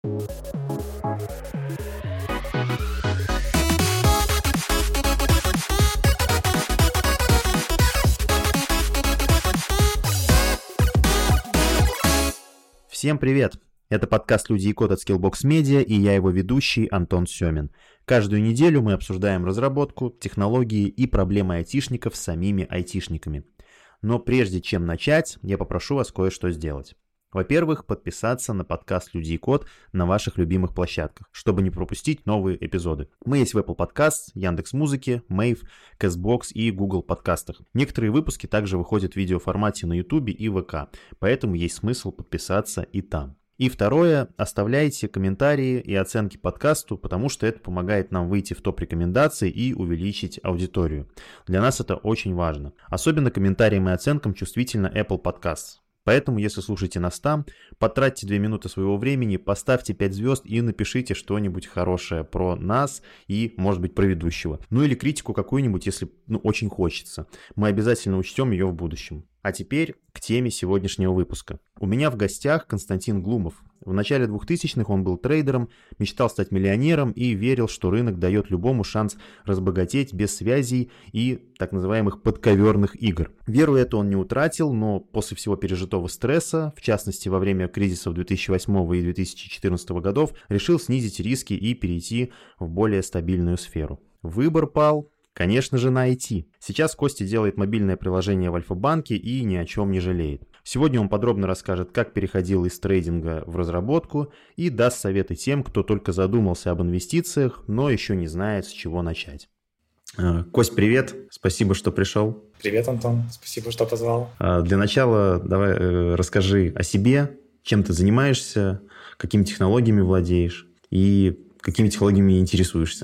Всем привет! Это подкаст «Люди и код» от Skillbox Media, и я его ведущий Антон Семин. Каждую неделю мы обсуждаем разработку, технологии и проблемы айтишников с самими айтишниками. Но прежде чем начать, я попрошу вас кое-что сделать. Во-первых, подписаться на подкаст «Люди и код» на ваших любимых площадках, чтобы не пропустить новые эпизоды. Мы есть в Apple Podcasts, Яндекс.Музыке, Mave, Castbox и Google подкастах. Некоторые выпуски также выходят в видеоформате на YouTube и ВК, поэтому есть смысл подписаться и там. И второе, оставляйте комментарии и оценки подкасту, потому что это помогает нам выйти в топ-рекомендаций и увеличить аудиторию. Для нас это очень важно. Особенно комментариям и оценкам чувствительно Apple Podcasts. Поэтому, если слушаете нас там, потратьте 2 минуты своего времени, поставьте 5 звезд и напишите что-нибудь хорошее про нас и, может быть, про ведущего. Ну или критику какую-нибудь, если очень хочется. Мы обязательно учтем ее в будущем. А теперь к теме сегодняшнего выпуска. У меня в гостях Константин Глумов. В начале 2000-х он был трейдером, мечтал стать миллионером и верил, что рынок дает любому шанс разбогатеть без связей и так называемых подковерных игр. Веру эту он не утратил, но после всего пережитого стресса, в частности во время кризисов 2008 и 2014 годов, решил снизить риски и перейти в более стабильную сферу. Выбор пал, конечно же, на IT. Сейчас Костя делает мобильное приложение в Альфа-банке и ни о чем не жалеет. Сегодня он подробно расскажет, как переходил из трейдинга в разработку и даст советы тем, кто только задумался об инвестициях, но еще не знает, с чего начать. Кость, привет. Спасибо, что пришел. Привет, Антон. Спасибо, что позвал. Для начала давай расскажи о себе, чем ты занимаешься, какими технологиями владеешь и какими технологиями интересуешься.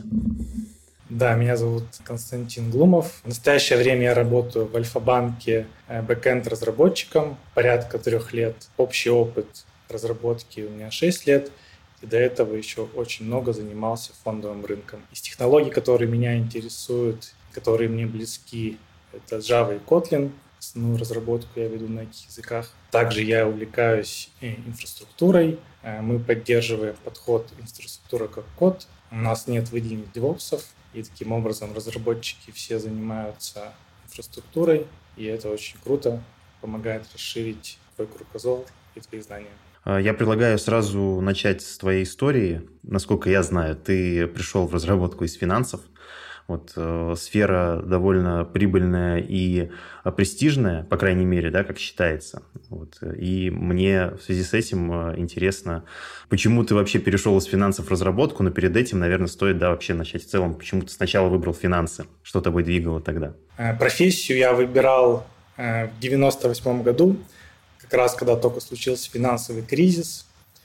Да, меня зовут Константин Глумов. В настоящее время я работаю в Альфа-банке бэкэнд-разработчиком порядка 3 лет. Общий опыт разработки у меня 6 лет. И до этого еще очень много занимался фондовым рынком. Из технологий, которые меня интересуют, которые мне близки, это Java и Kotlin. Основную разработку я веду на этих языках. Также я увлекаюсь инфраструктурой. Мы поддерживаем подход инфраструктура как код. У нас нет выделенных девопсов. И таким образом разработчики все занимаются инфраструктурой, и это очень круто, помогает расширить твой кругозор и твои знания. Я предлагаю сразу начать с твоей истории. Насколько я знаю, ты пришел в разработку из финансов. Сфера довольно прибыльная и престижная, по крайней мере, да, как считается. И мне в связи с этим интересно, почему ты вообще перешел из финансов в разработку, но перед этим, наверное, стоит вообще начать в целом, почему ты сначала выбрал финансы, что тобой двигало тогда? Профессию я выбирал в 1998 году, как раз когда только случился финансовый кризис,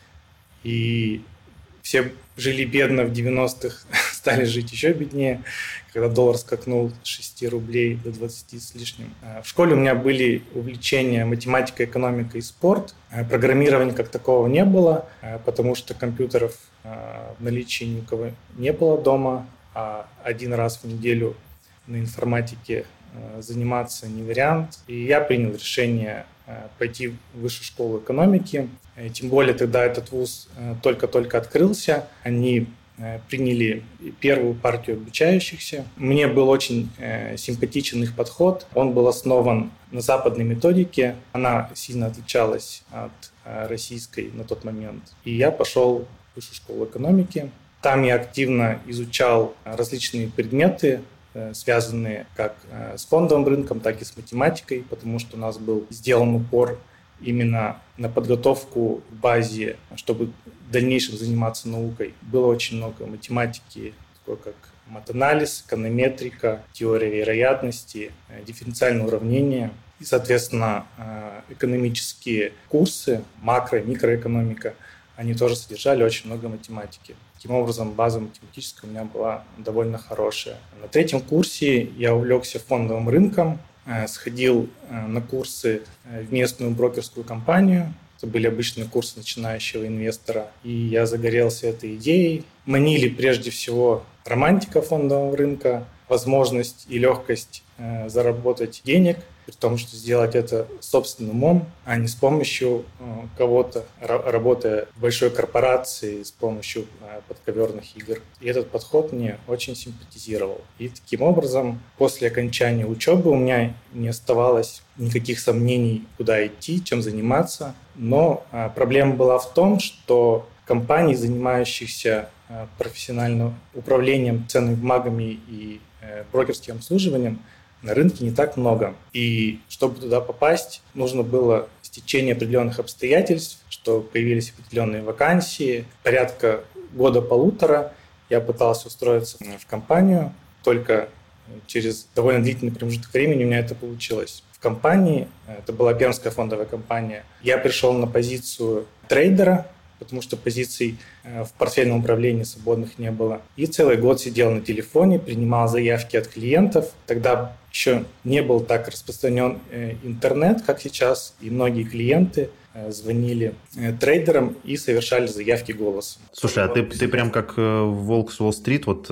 и все жили бедно в 90-х, стали жить еще беднее, когда доллар скакнул с 6 рублей до 20 с лишним. В школе у меня были увлечения математика, экономика и спорт. Программирования как такового не было, потому что компьютеров в наличии ни у кого не было дома, а 1 раз в неделю на информатике заниматься не вариант. И я принял решение пойти в высшую школу экономики. Тем более тогда этот вуз только-только открылся. Они приняли первую партию обучающихся. Мне был очень симпатичен их подход. Он был основан на западной методике. Она сильно отличалась от российской на тот момент. И я пошел в высшую школу экономики. Там я активно изучал различные предметы, связанные как с фондовым рынком, так и с математикой, потому что у нас был сделан упор именно на подготовку в базе, чтобы в дальнейшем заниматься наукой. Было очень много математики, такой как матанализ, эконометрика, теория вероятности, дифференциальные уравнения и, соответственно, экономические курсы, макро- и микроэкономика, они тоже содержали очень много математики. Таким образом, база математическая у меня была довольно хорошая. На 3-м курсе я увлекся фондовым рынком, сходил на курсы в местную брокерскую компанию. Это были обычные курсы начинающего инвестора. И я загорелся этой идеей. Манили прежде всего романтика фондового рынка, возможность и легкость заработать денег, при том, что сделать это собственным умом, а не с помощью кого-то, работая в большой корпорации, с помощью подковерных игр. И этот подход мне очень симпатизировал. И таким образом, после окончания учебы у меня не оставалось никаких сомнений, куда идти, чем заниматься. Но проблема была в том, что компаний, занимающихся профессиональным управлением ценными бумагами и брокерским обслуживанием, на рынке не так много. И чтобы туда попасть, нужно было стечение определенных обстоятельств, что появились определенные вакансии. Порядка года-полутора я пытался устроиться в компанию, только через довольно длительный промежуток времени у меня это получилось. В компании, это была пермская фондовая компания, я пришел на позицию трейдера, потому что позиций в портфельном управлении свободных не было. И целый год сидел на телефоне, принимал заявки от клиентов. Тогда еще не был так распространен интернет, как сейчас, и многие клиенты звонили трейдерам и совершали заявки голосом. Слушай, а ты прям как волк с Уолл-стрит, вот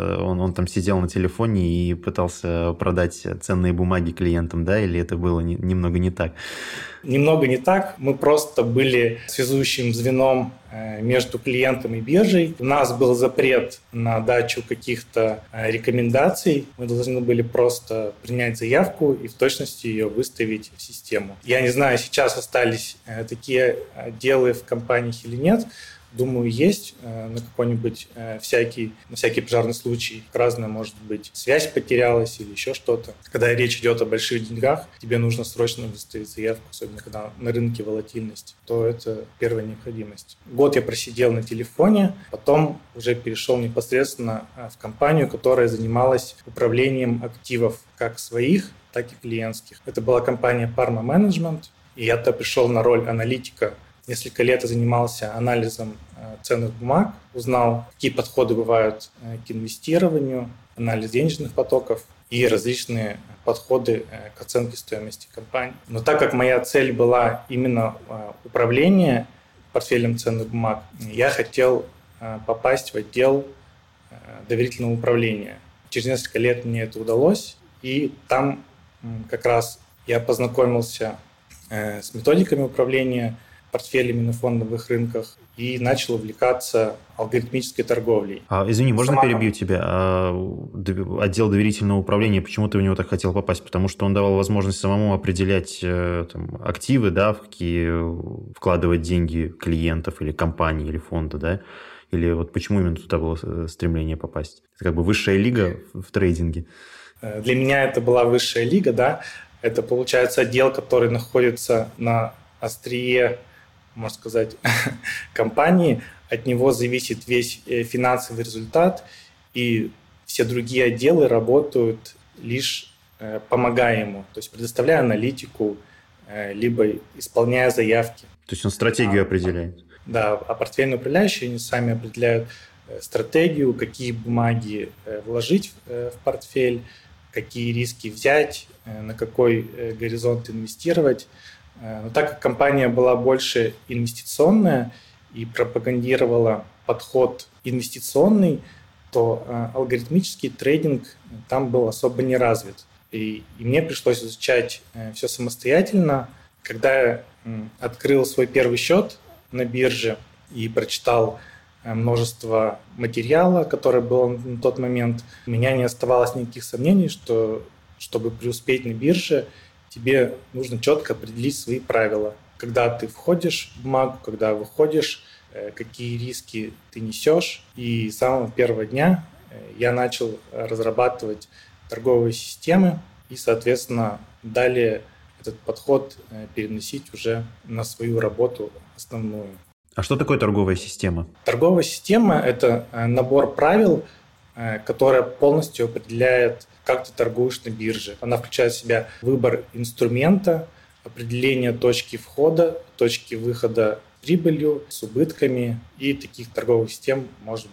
он там сидел на телефоне и пытался продать ценные бумаги клиентам, да, или это было немного не так? Немного не так. Мы просто были связующим звеном между клиентом и биржей. У нас был запрет на дачу каких-то рекомендаций. Мы должны были просто принять заявку и в точности ее выставить в систему. Я не знаю, сейчас остались такие отделы в компаниях или нет. Думаю, есть на какой-нибудь на всякий пожарный случай. Разное может быть. Связь потерялась или еще что-то. Когда речь идет о больших деньгах, тебе нужно срочно выставить заявку, особенно когда на рынке волатильность, то это первая необходимость. Год я просидел на телефоне, потом уже перешел непосредственно в компанию, которая занималась управлением активов как своих, так и клиентских. Это была компания Parma Management, и я-то пришел на роль аналитика. Несколько лет я занимался анализом ценных бумаг, узнал, какие подходы бывают к инвестированию, анализ денежных потоков и различные подходы к оценке стоимости компании. Но так как моя цель была именно управление портфелем ценных бумаг, я хотел попасть в отдел доверительного управления. Через несколько лет мне это удалось, и там как раз я познакомился с методиками управления портфелями на фондовых рынках и начал увлекаться алгоритмической торговлей. Извини, можно перебью тебя? Отдел доверительного управления, почему ты в него так хотел попасть? Потому что он давал возможность самому определять активы, да, в какие вкладывать деньги клиентов или компаний, или фонда, да? Или вот почему именно туда было стремление попасть? Это как бы высшая лига в трейдинге. Для меня это была высшая лига, да. Это, получается, отдел, который находится на острие, можно сказать, компании. От него зависит весь финансовый результат, и все другие отделы работают лишь помогая ему, то есть предоставляя аналитику, либо исполняя заявки. То есть он стратегию определяет? Да, а портфельные управляющие они сами определяют стратегию, какие бумаги вложить в портфель, какие риски взять, на какой горизонт инвестировать. Но так как компания была больше инвестиционная и пропагандировала подход инвестиционный, то алгоритмический трейдинг там был особо не развит. И мне пришлось изучать все самостоятельно. Когда я открыл свой первый счет на бирже и прочитал множество материала, который был на тот момент, у меня не оставалось никаких сомнений, что чтобы преуспеть на бирже, тебе нужно четко определить свои правила. Когда ты входишь в бумагу, когда выходишь, какие риски ты несешь. И с самого первого дня я начал разрабатывать торговые системы и, соответственно, далее этот подход переносить уже на свою работу основную. А что такое торговая система? Торговая система – это набор правил, которая полностью определяет, как ты торгуешь на бирже. Она включает в себя выбор инструмента, определение точки входа, точки выхода с прибылью, с убытками. И таких торговых систем может быть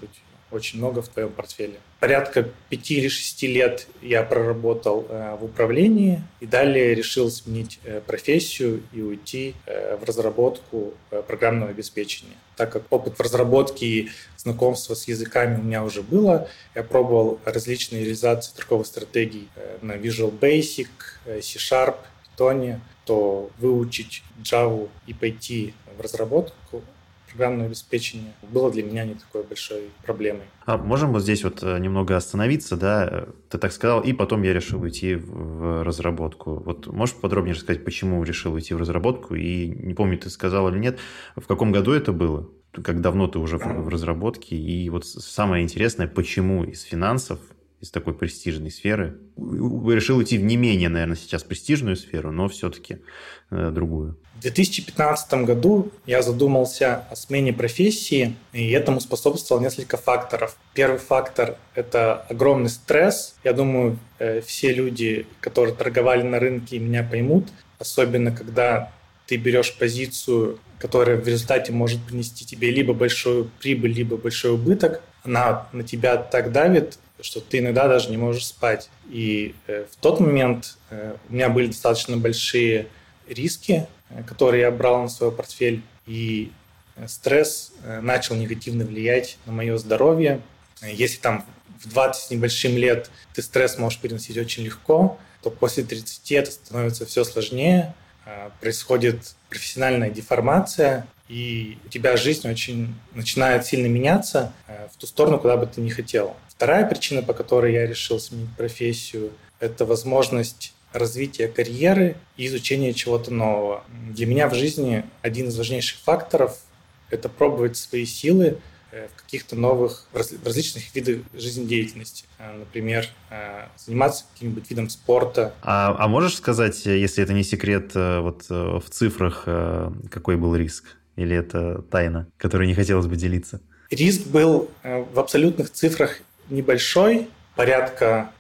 очень много в твоем портфеле. Порядка 5 или 6 лет я проработал в управлении и далее решил сменить профессию и уйти в разработку программного обеспечения. Так как опыт в разработке и знакомство с языками у меня уже было, я пробовал различные реализации торговых стратегий на Visual Basic, C-Sharp, Python, то выучить Java и пойти в разработку программного обеспечения было для меня не такой большой проблемой. А можем вот здесь вот немного остановиться, да? Ты так сказал, и потом я решил уйти в разработку. Вот можешь подробнее рассказать, почему решил уйти в разработку? И не помню, ты сказал или нет, в каком году это было? Как давно ты уже в разработке? И вот самое интересное, почему из финансов, из такой престижной сферы, решил уйти в не менее, наверное, сейчас престижную сферу, но все-таки другую? В 2015 году я задумался о смене профессии, и этому способствовало несколько факторов. Первый фактор – это огромный стресс. Я думаю, все люди, которые торговали на рынке, меня поймут, особенно когда ты берешь позицию, которая в результате может принести тебе либо большую прибыль, либо большой убыток. Она на тебя так давит, что ты иногда даже не можешь спать. И в тот момент у меня были достаточно большие риски, которые я брал на свой портфель, и стресс начал негативно влиять на мое здоровье. Если там в 20 с небольшим лет ты стресс можешь переносить очень легко, то после 30 это становится все сложнее, происходит профессиональная деформация, и у тебя жизнь очень начинает сильно меняться в ту сторону, куда бы ты ни хотел. Вторая причина, по которой я решил сменить профессию, это возможность развития карьеры и изучения чего-то нового. Для меня в жизни один из важнейших факторов – это пробовать свои силы в каких-то новых, в различных видах жизнедеятельности. Например, заниматься каким-нибудь видом спорта. А можешь сказать, если это не секрет, вот в цифрах, какой был риск? Или это тайна, которой не хотелось бы делиться? Риск был в абсолютных цифрах небольшой, порядка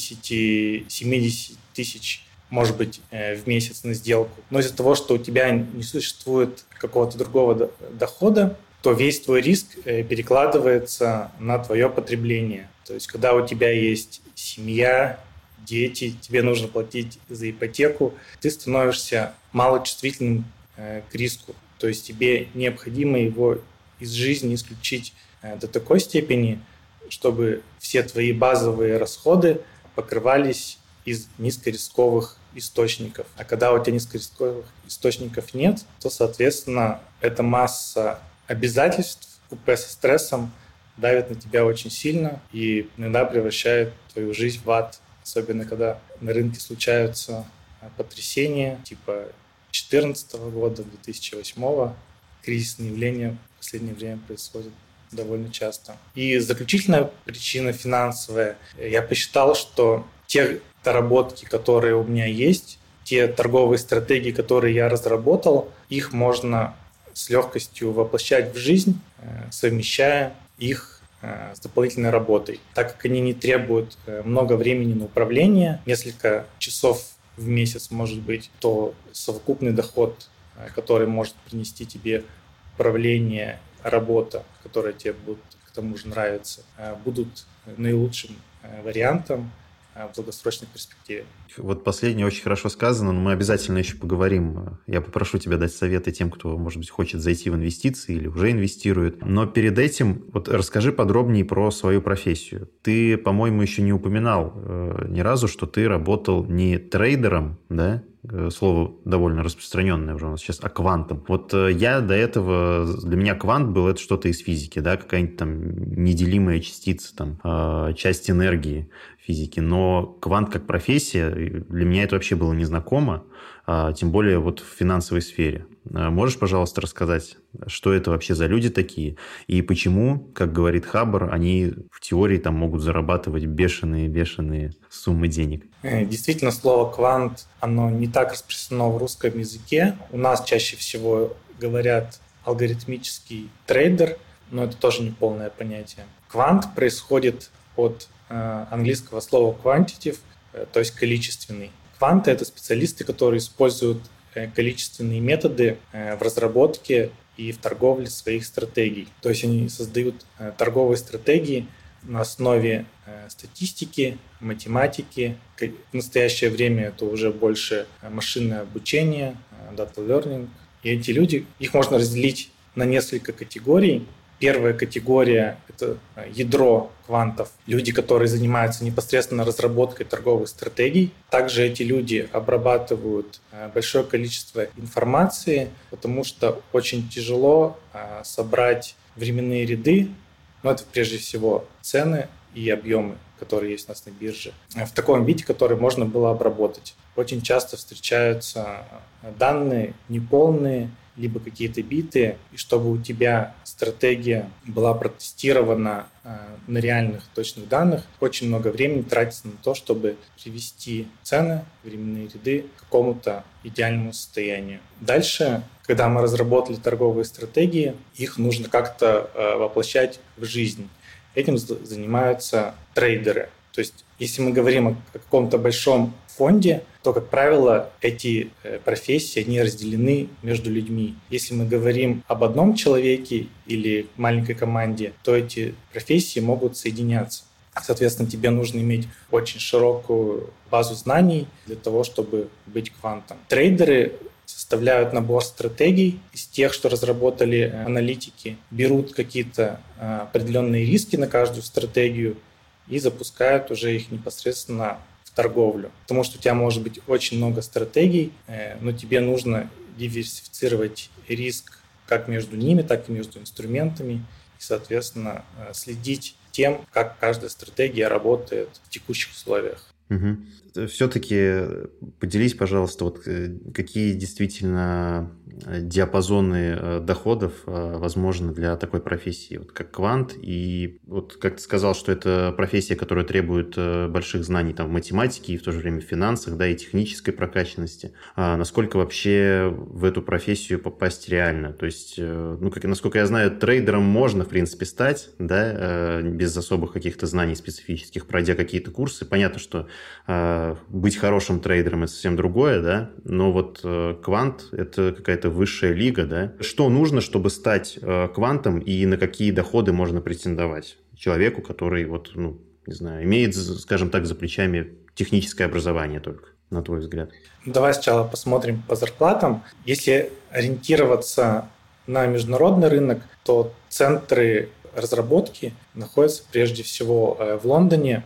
50-70 тысяч, может быть, в месяц на сделку. Но из-за того, что у тебя не существует какого-то другого дохода, то весь твой риск перекладывается на твое потребление. То есть, когда у тебя есть семья, дети, тебе нужно платить за ипотеку, ты становишься малочувствительным к риску. То есть, тебе необходимо его из жизни исключить до такой степени, чтобы все твои базовые расходы покрывались из низкорисковых источников. А когда у тебя низкорисковых источников нет, то, соответственно, эта масса обязательств купе со стрессом давит на тебя очень сильно и иногда превращает твою жизнь в ад. Особенно, когда на рынке случаются потрясения типа 2014 года, 2008. Кризисные явления в последнее время происходят довольно часто. И заключительная причина финансовая. Я посчитал, что те доработки, которые у меня есть, те торговые стратегии, которые я разработал, их можно с легкостью воплощать в жизнь, совмещая их с дополнительной работой. Так как они не требуют много времени на управление, несколько часов в месяц, может быть, то совокупный доход, который может принести тебе управление, работа, которая тебе будет к тому же нравиться, будут наилучшим вариантом в долгосрочной перспективе. Вот последнее очень хорошо сказано, но мы обязательно еще поговорим. Я попрошу тебя дать советы тем, кто, может быть, хочет зайти в инвестиции или уже инвестирует. Но перед этим вот расскажи подробнее про свою профессию. Ты, по-моему, еще не упоминал ни разу, что ты работал не трейдером, да? Слово довольно распространенное уже у нас сейчас, а квантом. Вот я до этого, для меня квант был это что-то из физики, да, какая-нибудь там неделимая частица, там, часть энергии физики. Но квант как профессия, для меня это вообще было незнакомо, тем более вот в финансовой сфере. Можешь, пожалуйста, рассказать, что это вообще за люди такие и почему, как говорит Хабр, они в теории там могут зарабатывать бешеные суммы денег? Действительно, слово «квант», оно не так распространено в русском языке. У нас чаще всего говорят алгоритмический трейдер, но это тоже не полное понятие. Квант происходит от английского слова quantitative, то есть количественный. Кванты – это специалисты, которые используют количественные методы в разработке и в торговле своих стратегий. То есть они создают торговые стратегии на основе статистики, математики. В настоящее время это уже больше машинное обучение, data learning. И эти люди, их можно разделить на несколько категорий. Первая категория – это ядро квантов, люди, которые занимаются непосредственно разработкой торговых стратегий. Также эти люди обрабатывают большое количество информации, потому что очень тяжело собрать временные ряды, но это прежде всего цены и объемы, которые есть у нас на бирже, в таком виде, который можно было обработать. Очень часто встречаются данные неполные, либо какие-то битые, и чтобы у тебя стратегия была протестирована на реальных точных данных, очень много времени тратится на то, чтобы привести цены, временные ряды к какому-то идеальному состоянию. Дальше, когда мы разработали торговые стратегии, их нужно как-то воплощать в жизнь. Этим занимаются трейдеры. То есть, если мы говорим о каком-то большом фонде, то, как правило, эти профессии, они разделены между людьми. Если мы говорим об одном человеке или маленькой команде, то эти профессии могут соединяться. Соответственно, тебе нужно иметь очень широкую базу знаний для того, чтобы быть квантом. Трейдеры составляют набор стратегий из тех, что разработали аналитики, берут какие-то определенные риски на каждую стратегию и запускают уже их непосредственно в торговлю. Потому что у тебя может быть очень много стратегий, но тебе нужно диверсифицировать риск как между ними, так и между инструментами и, соответственно, следить тем, как каждая стратегия работает в текущих условиях. Все-таки поделись, пожалуйста, вот какие действительно диапазоны доходов возможны для такой профессии, вот как квант. И вот как ты сказал, что это профессия, которая требует больших знаний там, в математике и в то же время в финансах, да, и технической прокачанности. Насколько вообще в эту профессию попасть реально? То есть, насколько я знаю, трейдером можно, в принципе, стать, да, без особых каких-то знаний специфических, пройдя какие-то курсы. Понятно, что быть хорошим трейдером – это совсем другое, да, но вот квант – это какая-то высшая лига, да. Что нужно, чтобы стать квантом, и на какие доходы можно претендовать человеку, который, имеет, скажем так, за плечами техническое образование только, на твой взгляд? Давай сначала посмотрим по зарплатам. Если ориентироваться на международный рынок, то центры разработки находятся прежде всего в Лондоне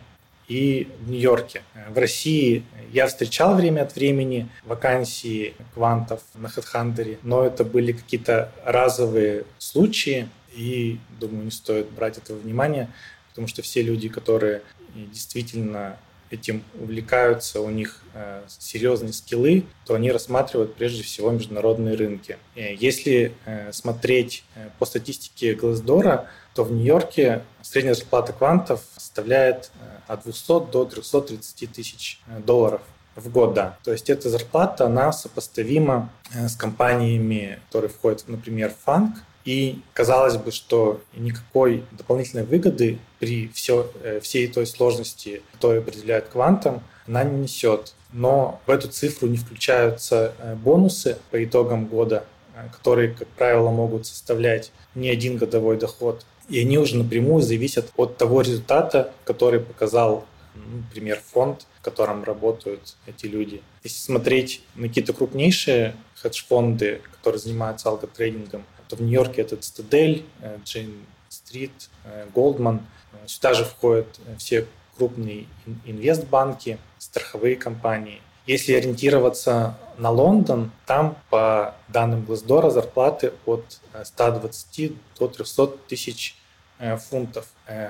и в Нью-Йорке. В России я встречал время от времени вакансии квантов на HeadHunter, но это были какие-то разовые случаи, и, думаю, не стоит брать этого внимания, потому что все люди, которые действительно этим увлекаются, у них серьезные скиллы, то они рассматривают прежде всего международные рынки. Если смотреть по статистике Glassdoor, то в Нью-Йорке средняя зарплата квантов составляет от 200 до 330 тысяч долларов в год. Да. То есть эта зарплата, она сопоставима с компаниями, которые входят, например, в Funk. И казалось бы, что никакой дополнительной выгоды при всей той сложности, которую определяют квантом, она не несет. Но в эту цифру не включаются бонусы по итогам года, которые, как правило, могут составлять не один годовой доход. И они уже напрямую зависят от того результата, который показал, например, фонд, в котором работают эти люди. Если смотреть на какие-то крупнейшие хедж-фонды, которые занимаются алготрейдингом, то в Нью-Йорке это Citadel, Jane Street, Goldman. Сюда же входят все крупные инвестбанки, страховые компании. Если ориентироваться на Лондон, там, по данным Glassdoor, зарплаты от 120 до 300 тысяч фунтов.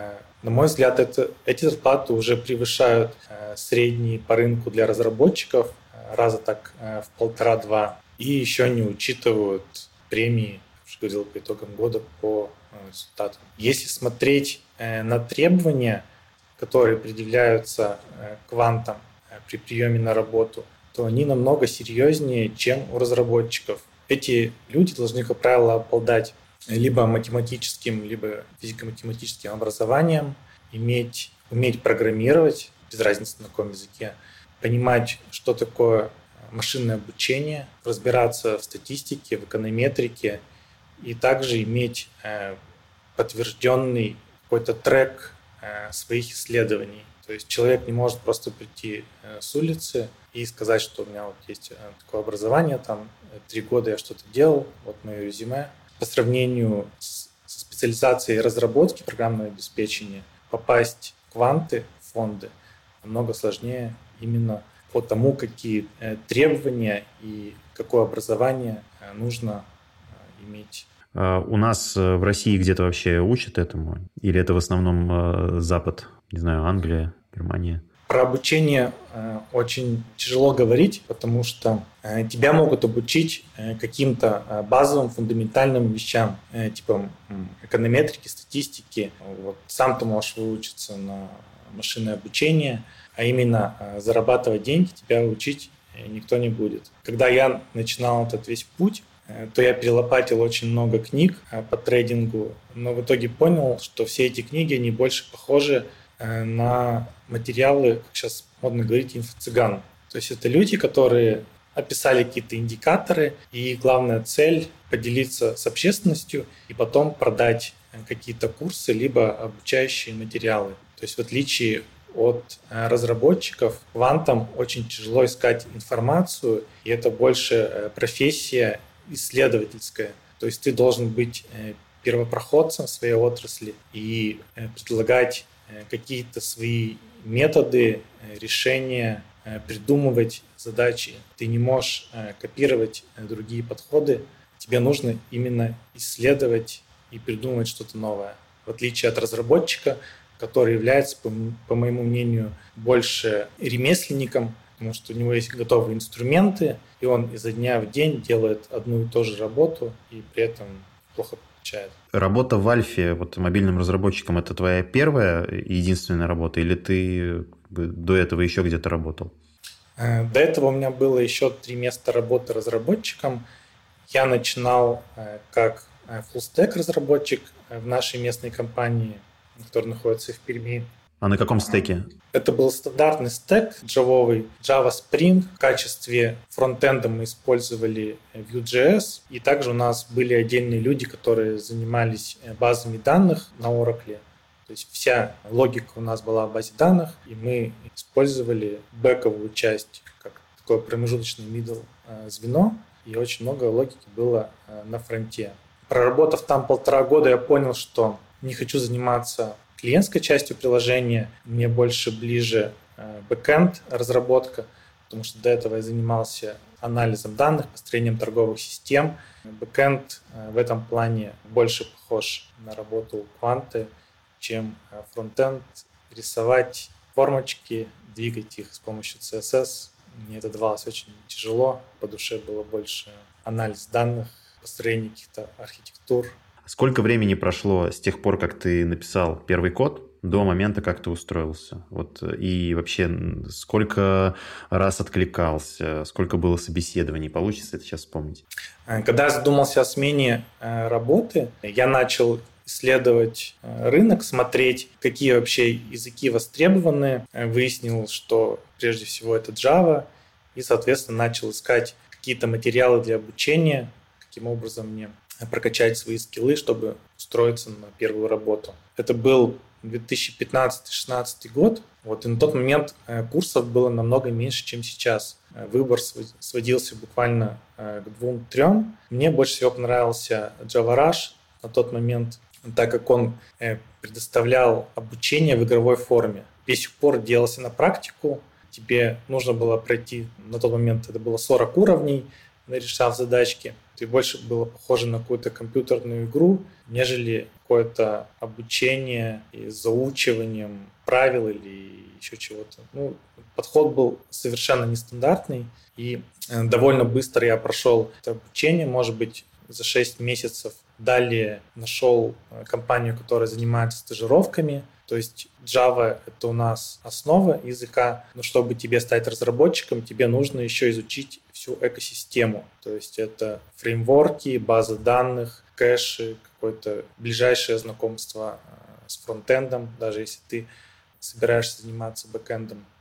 На мой взгляд, эти зарплаты уже превышают средние по рынку для разработчиков раза так в 1,5-2. И еще не учитывают премии, что говорил, по итогам года по результатам. Если смотреть на требования, которые предъявляются квантам при приеме на работу, то они намного серьезнее, чем у разработчиков. Эти люди должны, как правило, обладать либо математическим, либо физико-математическим образованием, уметь программировать, без разницы на каком языке, понимать, что такое машинное обучение, разбираться в статистике, в эконометрике и также иметь подтвержденный какой-то трек своих исследований. То есть человек не может просто прийти с улицы и сказать, что у меня вот есть такое образование, там 3 года я что-то делал, вот мое резюме. По сравнению со специализацией разработки программного обеспечения попасть в кванты, фонды, намного сложнее именно по тому, какие требования и какое образование нужно иметь. У нас в России где-то вообще учат этому? Или это в основном Запад? Не знаю, Англия, Германия? Про обучение очень тяжело говорить, потому что тебя могут обучить каким-то базовым, фундаментальным вещам, типа эконометрики, статистики. Вот сам ты можешь выучиться на машинное обучение, а именно зарабатывать деньги тебя учить никто не будет. Когда я начинал этот весь путь, то я перелопатил очень много книг по трейдингу, но в итоге понял, что все эти книги, они больше похожи на материалы, как сейчас модно говорить, инфо-цыган. То есть это люди, которые описали какие-то индикаторы, и главная цель – поделиться с общественностью и потом продать какие-то курсы либо обучающие материалы. То есть в отличие от разработчиков, квантам очень тяжело искать информацию, и это больше профессия исследовательская. То есть ты должен быть первопроходцем в своей отрасли и предлагать какие-то свои методы, решения, придумывать задачи. Ты не можешь копировать другие подходы. Тебе нужно именно исследовать и придумывать что-то новое. В отличие от разработчика, который является, по моему мнению, больше ремесленником, потому что у него есть готовые инструменты, и он изо дня в день делает одну и ту же работу, и при этом плохо получает. Работа в Альфе, вот мобильным разработчиком, это твоя первая и единственная работа, или ты до этого еще где-то работал? До этого у меня было еще 3 места работы разработчиком. Я начинал как full-stack разработчик в нашей местной компании, которая находится в Перми. А на каком стеке? Это был стандартный стек джавовый, Java Spring. В качестве фронтенда мы использовали Vue.js. И также у нас были отдельные люди, которые занимались базами данных на Oracle. То есть вся логика у нас была в базе данных, и мы использовали бэковую часть как такое промежуточное middle звено. И очень много логики было на фронте. Проработав там 1,5 года, я понял, что не хочу заниматься клиентской частью приложения, мне больше ближе бэкэнд разработка, потому что до этого я занимался анализом данных, построением торговых систем. Бэкэнд в этом плане больше похож на работу кванты, чем фронтенд. Рисовать формочки, двигать их с помощью CSS. Мне это давалось очень тяжело, по душе было больше анализ данных, построение каких-то архитектур. Сколько времени прошло с тех пор, как ты написал первый код, до момента, как ты устроился? Вот, и вообще, сколько раз откликался, сколько было собеседований? Получится это сейчас вспомнить? Когда я задумался о смене работы, я начал исследовать рынок, смотреть, какие вообще языки востребованы. Выяснил, что прежде всего это Java, и, соответственно, начал искать какие-то материалы для обучения, каким образом мне прокачать свои скиллы, чтобы устроиться на первую работу. Это был 2015-2016 год. Вот, и на тот момент курсов было намного меньше, чем сейчас. Выбор сводился буквально к 2-3. Мне больше всего понравился Java Rush на тот момент, так как он предоставлял обучение в игровой форме. Весь упор делался на практику. Тебе нужно было пройти, на тот момент это было 40 уровней, решав задачки. И больше было похоже на какую-то компьютерную игру, нежели какое-то обучение и заучиванием правил или еще чего-то. Подход был совершенно нестандартный, и довольно быстро я прошел это обучение, может быть, за 6 месяцев. Далее нашел компанию, которая занимается стажировками. То есть Java – это у нас основа языка, но чтобы тебе стать разработчиком, тебе нужно еще изучить всю экосистему. То есть это фреймворки, базы данных, кэши, какое-то ближайшее знакомство с фронтендом, даже если ты собираешься заниматься бэкэндом.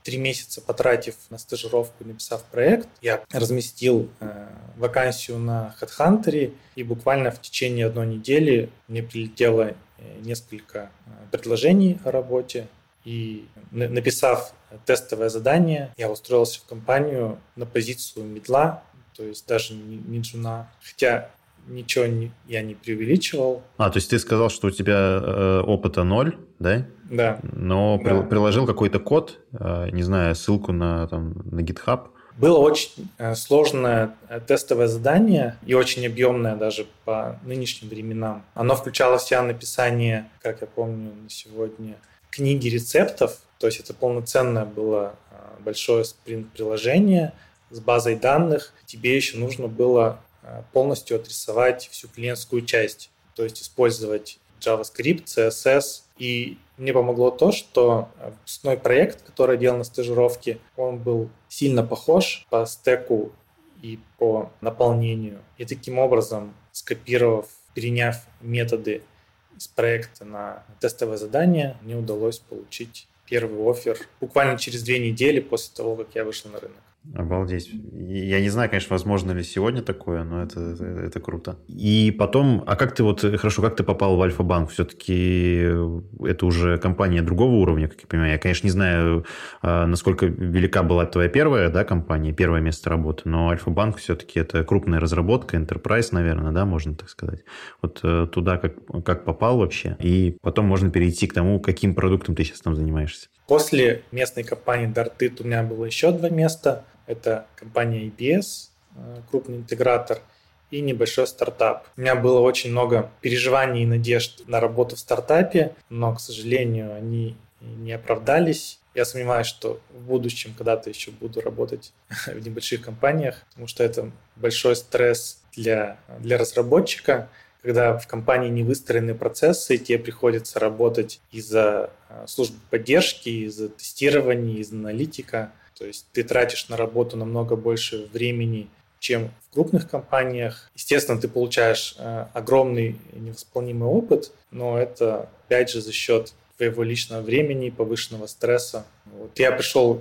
3 месяца потратив на стажировку, написав проект, я разместил вакансию на HeadHunter, и буквально в течение 1 недели мне прилетело несколько предложений о работе. И написав тестовое задание, я устроился в компанию на позицию мидла, то есть даже не джуна, хотя ничего я не преувеличивал. То есть ты сказал, что у тебя опыта 0, да? Да. Но да. Приложил какой-то код, не знаю, ссылку на GitHub. Было очень сложное тестовое задание и очень объемное даже по нынешним временам. Оно включало в себя написание, как я помню на сегодня, книги рецептов. То есть это полноценное было большое спринт-приложение с базой данных. Тебе еще нужно было полностью отрисовать всю клиентскую часть, то есть использовать JavaScript, CSS. И мне помогло то, что выпускной проект, который я делал на стажировке, он был сильно похож по стеку и по наполнению. И таким образом, скопировав, переняв методы из проекта на тестовое задание, мне удалось получить первый оффер буквально через 2 недели после того, как я вышел на рынок. Обалдеть. Я не знаю, конечно, возможно ли сегодня такое, но это круто. И потом, как ты попал в Альфа-банк? Все-таки это уже компания другого уровня, как я понимаю. Я, конечно, не знаю, насколько велика была твоя первая, да, компания, первое место работы, но Альфа-банк все-таки это крупная разработка, enterprise, наверное, да, можно так сказать. Вот туда как попал вообще? И потом можно перейти к тому, каким продуктом ты сейчас там занимаешься. После местной компании Dartit у меня было еще 2 места. Это компания EBS, крупный интегратор, и небольшой стартап. У меня было очень много переживаний и надежд на работу в стартапе, но, к сожалению, они не оправдались. Я сомневаюсь, что в будущем когда-то еще буду работать в небольших компаниях, потому что это большой стресс для разработчика, когда в компании не выстроены процессы, тебе приходится работать из-за службы поддержки, из-за тестирования, из-за аналитика. То есть ты тратишь на работу намного больше времени, чем в крупных компаниях. Естественно, ты получаешь огромный невосполнимый опыт, но это, опять же, за счет твоего личного времени, повышенного стресса. Вот. Я пришел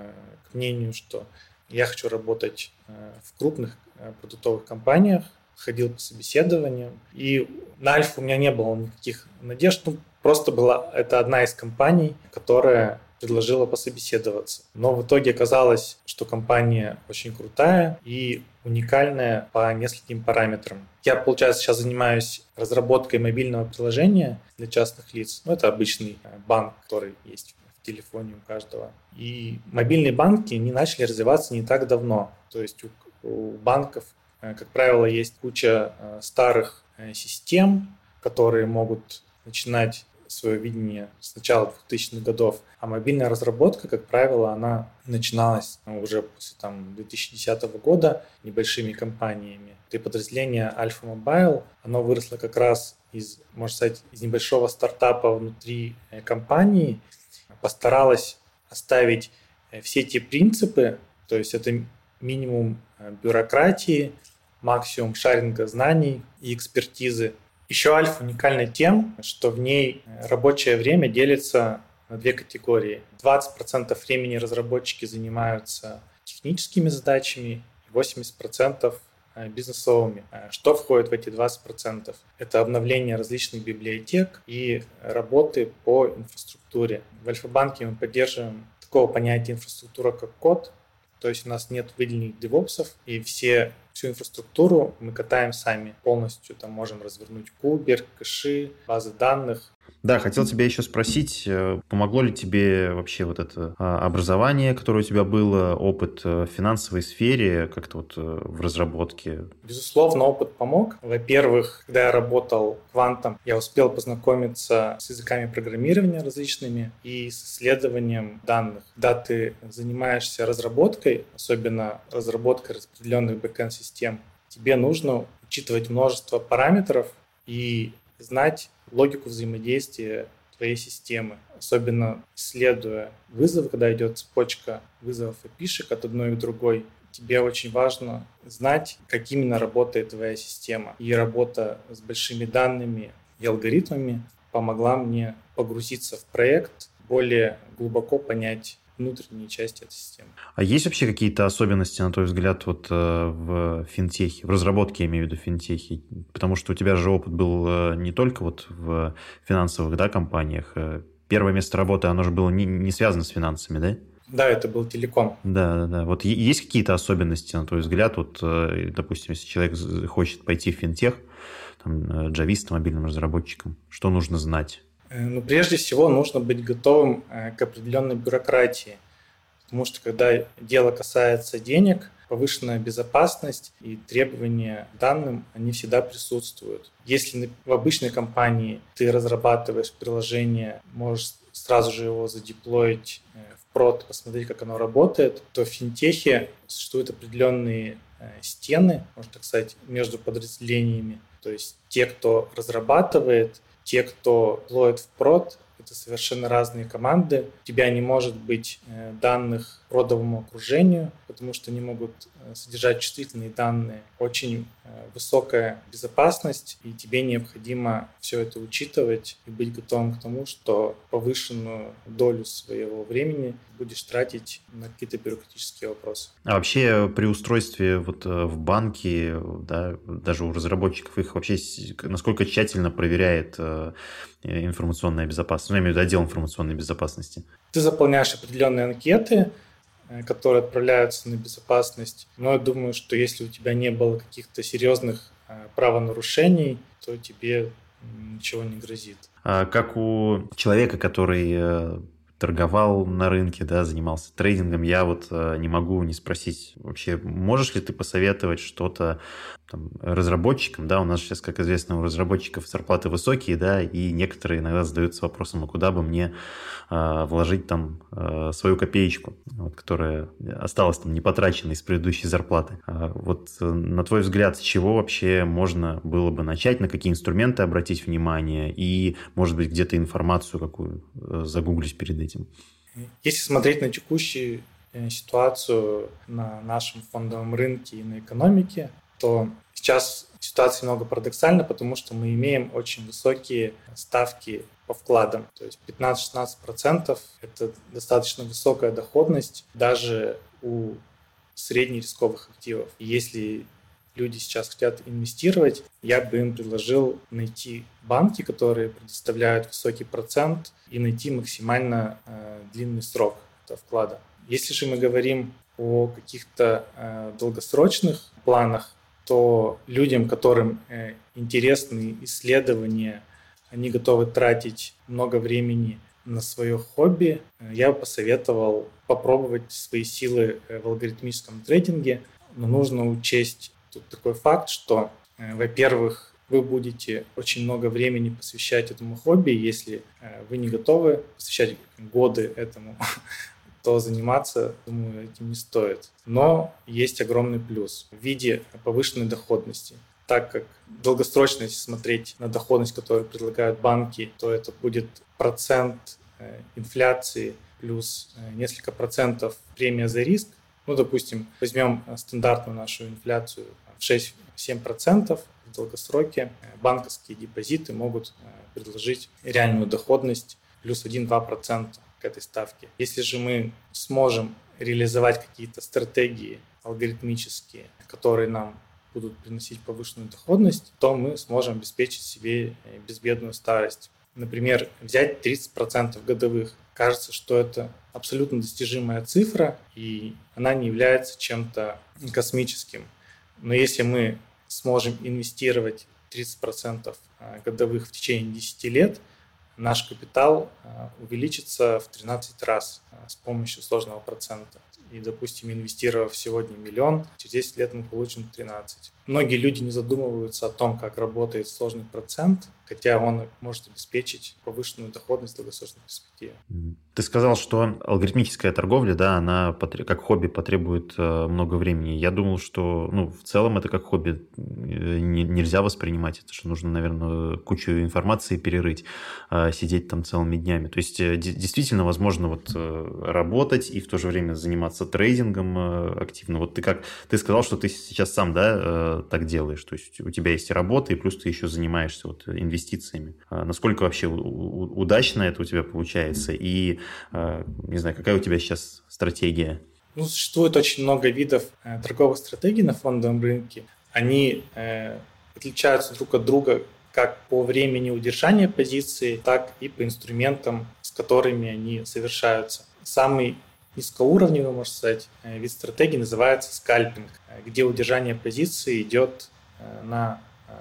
к мнению, что я хочу работать в крупных продуктовых компаниях, ходил по собеседованиям, и на Альфу у меня не было никаких надежд. Просто была это одна из компаний, которая предложила пособеседоваться. Но в итоге оказалось, что компания очень крутая и уникальная по нескольким параметрам. Я, получается, сейчас занимаюсь разработкой мобильного приложения для частных лиц. Это обычный банк, который есть в телефоне у каждого. И мобильные банки не начали развиваться не так давно. То есть у банков, как правило, есть куча старых систем, которые могут начинать свое видение с начала 2000-х годов. А мобильная разработка, как правило, она начиналась уже после 2010 года небольшими компаниями. И подразделение Alpha Mobile, оно выросло как раз можно сказать, из небольшого стартапа внутри компании, постаралась оставить все те принципы, то есть это минимум бюрократии, максимум шаринга знаний и экспертизы. Еще Альфа уникальна тем, что в ней рабочее время делится на 2 категории. 20% времени разработчики занимаются техническими задачами, 80% бизнесовыми. Что входит в эти 20%? Это обновление различных библиотек и работы по инфраструктуре. В Альфа-банке мы поддерживаем такого понятия инфраструктура как код, то есть у нас нет выделенных девопсов, и всю инфраструктуру мы катаем сами полностью. Там можем развернуть кубер, кэши, базы данных. Да, хотел тебя еще спросить, помогло ли тебе вообще вот это образование, которое у тебя было, опыт в финансовой сфере, как-то в разработке? Безусловно, опыт помог. Во-первых, когда я работал квантом, я успел познакомиться с языками программирования различными и с исследованием данных. Когда ты занимаешься разработкой, особенно разработкой распределенных бэкэнд-систем, тебе нужно учитывать множество параметров и знать логику взаимодействия твоей системы, особенно исследуя вызовы, когда идет цепочка вызовов API-шек от одной к другой. Тебе очень важно знать, как именно работает твоя система. И работа с большими данными и алгоритмами помогла мне погрузиться в проект, более глубоко понять внутренние части этой системы. А есть вообще какие-то особенности, на твой взгляд, вот в финтехе, в разработке, я имею в виду финтехе? Потому что у тебя же опыт был не только вот в финансовых, да, компаниях. Первое место работы, оно же было не связано с финансами, да? Да, это был телеком. Да. Вот есть какие-то особенности, на твой взгляд, вот, допустим, если человек хочет пойти в финтех, там, джавистом, мобильным разработчиком, что нужно знать? Ну, прежде всего, нужно быть готовым к определенной бюрократии, потому что когда дело касается денег, повышенная безопасность и требования к данным, они всегда присутствуют. Если в обычной компании ты разрабатываешь приложение, можешь сразу же его задеплоить в прод, посмотреть, как оно работает, то в финтехе существуют определенные стены, можно так сказать, между подразделениями. То есть те, кто разрабатывает, те, кто плоет в прод, это совершенно разные команды. У тебя не может быть данных продовому окружению, потому что они могут содержать чувствительные данные. Очень высокая безопасность, и тебе необходимо все это учитывать и быть готовым к тому, что повышенную долю своего времени будешь тратить на какие-то бюрократические вопросы. А вообще при устройстве вот в банке, да, даже у разработчиков, их вообще насколько тщательно проверяет информационная безопасность? Ну, я имею в виду отдел информационной безопасности. Ты заполняешь определенные анкеты, которые отправляются на безопасность. Но я думаю, что если у тебя не было каких-то серьезных правонарушений, то тебе ничего не грозит. Как у человека, который торговал на рынке, да, занимался трейдингом, я вот не могу не спросить, вообще, можешь ли ты посоветовать что-то там, разработчикам, да, у нас сейчас, как известно, у разработчиков зарплаты высокие, да, и некоторые иногда задаются вопросом, а куда бы мне вложить там свою копеечку, вот, которая осталась там непотраченной из предыдущей зарплаты. Вот на твой взгляд, с чего вообще можно было бы начать, на какие инструменты обратить внимание и, может быть, где-то информацию какую загуглить перед этим? Если смотреть на текущую ситуацию на нашем фондовом рынке и на экономике, то сейчас ситуация немного парадоксальна, потому что мы имеем очень высокие ставки по вкладам. То есть 15-16% – это достаточно высокая доходность даже у среднерисковых активов. И если люди сейчас хотят инвестировать, я бы им предложил найти банки, которые предоставляют высокий процент, и найти максимально длинный срок этого вклада. Если же мы говорим о каких-то долгосрочных планах, то людям, которым интересны исследования, они готовы тратить много времени на свое хобби, я бы посоветовал попробовать свои силы в алгоритмическом трейдинге. Но нужно учесть тут такой факт, что, во-первых, вы будете очень много времени посвящать этому хобби. Если вы не готовы посвящать годы этому, то заниматься, думаю, этим не стоит. Но есть огромный плюс в виде повышенной доходности. Так как долгосрочно, если смотреть на доходность, которую предлагают банки, то это будет процент инфляции плюс несколько процентов премия за риск. Ну, допустим, возьмем стандартную нашу инфляцию в 6-7%. В долгосроке банковские депозиты могут предложить реальную доходность плюс 1-2% к этой ставке. Если же мы сможем реализовать какие-то стратегии алгоритмические, которые нам будут приносить повышенную доходность, то мы сможем обеспечить себе безбедную старость. Например, взять 30% годовых. Кажется, что это абсолютно достижимая цифра, и она не является чем-то космическим. Но если мы сможем инвестировать 30% годовых в течение 10 лет, наш капитал увеличится в 13 раз с помощью сложного процента. И, допустим, инвестировав сегодня 1 миллион, через 10 лет мы получим 13. Многие люди не задумываются о том, как работает сложный процент, хотя он может обеспечить повышенную доходность в долгосрочной перспективе. Ты сказал, что алгоритмическая торговля, да, она как хобби потребует много времени. Я думал, что в целом это как хобби нельзя воспринимать. Это что нужно, наверное, кучу информации перерыть, сидеть там целыми днями. То есть действительно возможно работать и в то же время заниматься трейдингом активно. Вот ты сказал, что ты сейчас сам, да, так делаешь? То есть у тебя есть работа, и плюс ты еще занимаешься вот инвестициями. Насколько вообще удачно это у тебя получается? И, не знаю, какая у тебя сейчас стратегия? Ну, существует очень много видов торговых стратегий на фондовом рынке. Они отличаются друг от друга как по времени удержания позиции, так и по инструментам, с которыми они совершаются. Самый низкоуровневый, можно сказать, вид стратегии называется скальпинг, где удержание позиции идет на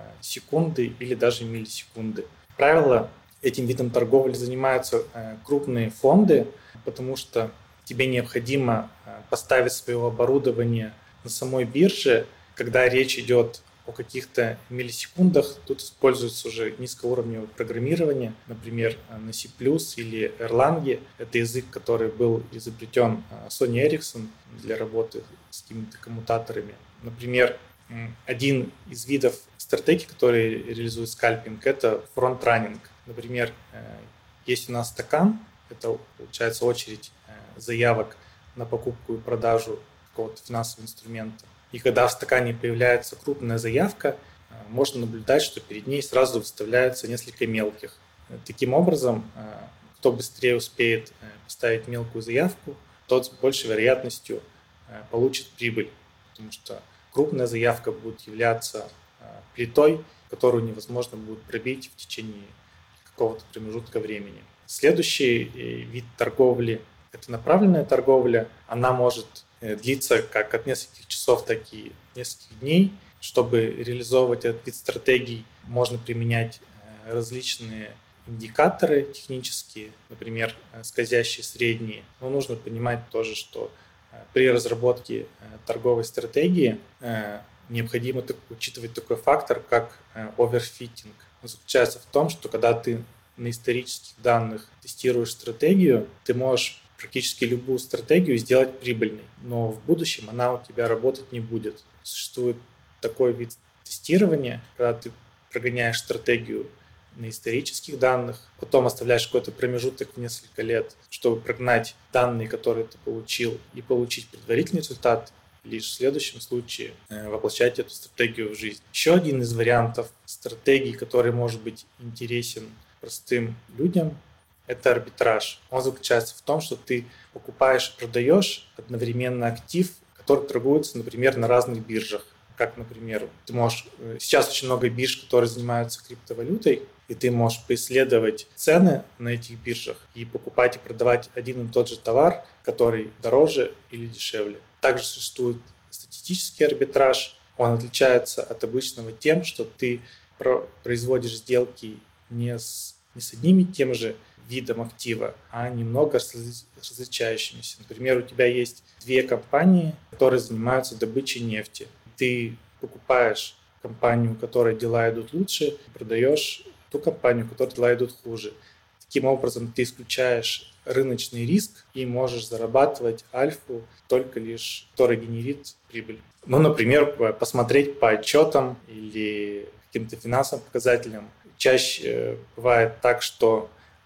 секунды или даже миллисекунды. Как правило, этим видом торговли занимаются крупные фонды, потому что тебе необходимо поставить свое оборудование на самой бирже, когда речь идет о каких-то миллисекундах, тут используется уже низкоуровневое программирование, например, на C++ или Erlang. Это язык, который был изобретен Sony Ericsson для работы с какими-то коммутаторами. Например, один из видов стратегий, который реализует скальпинг, это фронт-раннинг. Например, есть у нас стакан, это получается очередь заявок на покупку и продажу какого-то финансового инструмента. И когда в стакане появляется крупная заявка, можно наблюдать, что перед ней сразу выставляется несколько мелких. Таким образом, кто быстрее успеет поставить мелкую заявку, тот с большей вероятностью получит прибыль, потому что крупная заявка будет являться плитой, которую невозможно будет пробить в течение какого-то промежутка времени. Следующий вид торговли – это направленная торговля. Она может длиться как от нескольких часов, так и нескольких дней. Чтобы реализовывать этот вид стратегий, можно применять различные индикаторы технические, например, скользящие средние. Но нужно понимать тоже, что при разработке торговой стратегии необходимо учитывать такой фактор, как оверфитинг. Он заключается в том, что когда ты на исторических данных тестируешь стратегию, ты можешь практически любую стратегию сделать прибыльной, но в будущем она у тебя работать не будет. Существует такой вид тестирования, когда ты прогоняешь стратегию на исторических данных, потом оставляешь какой-то промежуток в несколько лет, чтобы прогнать данные, которые ты получил, и получить предварительный результат, лишь в следующем случае воплощать эту стратегию в жизнь. Еще один из вариантов стратегий, который может быть интересен простым людям, это арбитраж. Он заключается в том, что ты покупаешь и продаешь одновременно актив, который торгуется, например, на разных биржах. Как, например, ты можешь... Сейчас очень много бирж, которые занимаются криптовалютой, и ты можешь поисследовать цены на этих биржах и покупать и продавать один и тот же товар, который дороже или дешевле. Также существует статистический арбитраж. Он отличается от обычного тем, что ты производишь сделки не с одним и тем же видом актива, а немного различающимися. Например, у тебя есть две компании, которые занимаются добычей нефти. Ты покупаешь компанию, у которой дела идут лучше, и продаешь ту компанию, у которой дела идут хуже. Таким образом, ты исключаешь рыночный риск и можешь зарабатывать альфу только лишь, который генерит прибыль. Ну, например, посмотреть по отчетам или каким-то финансовым показателям. Чаще бывает так, что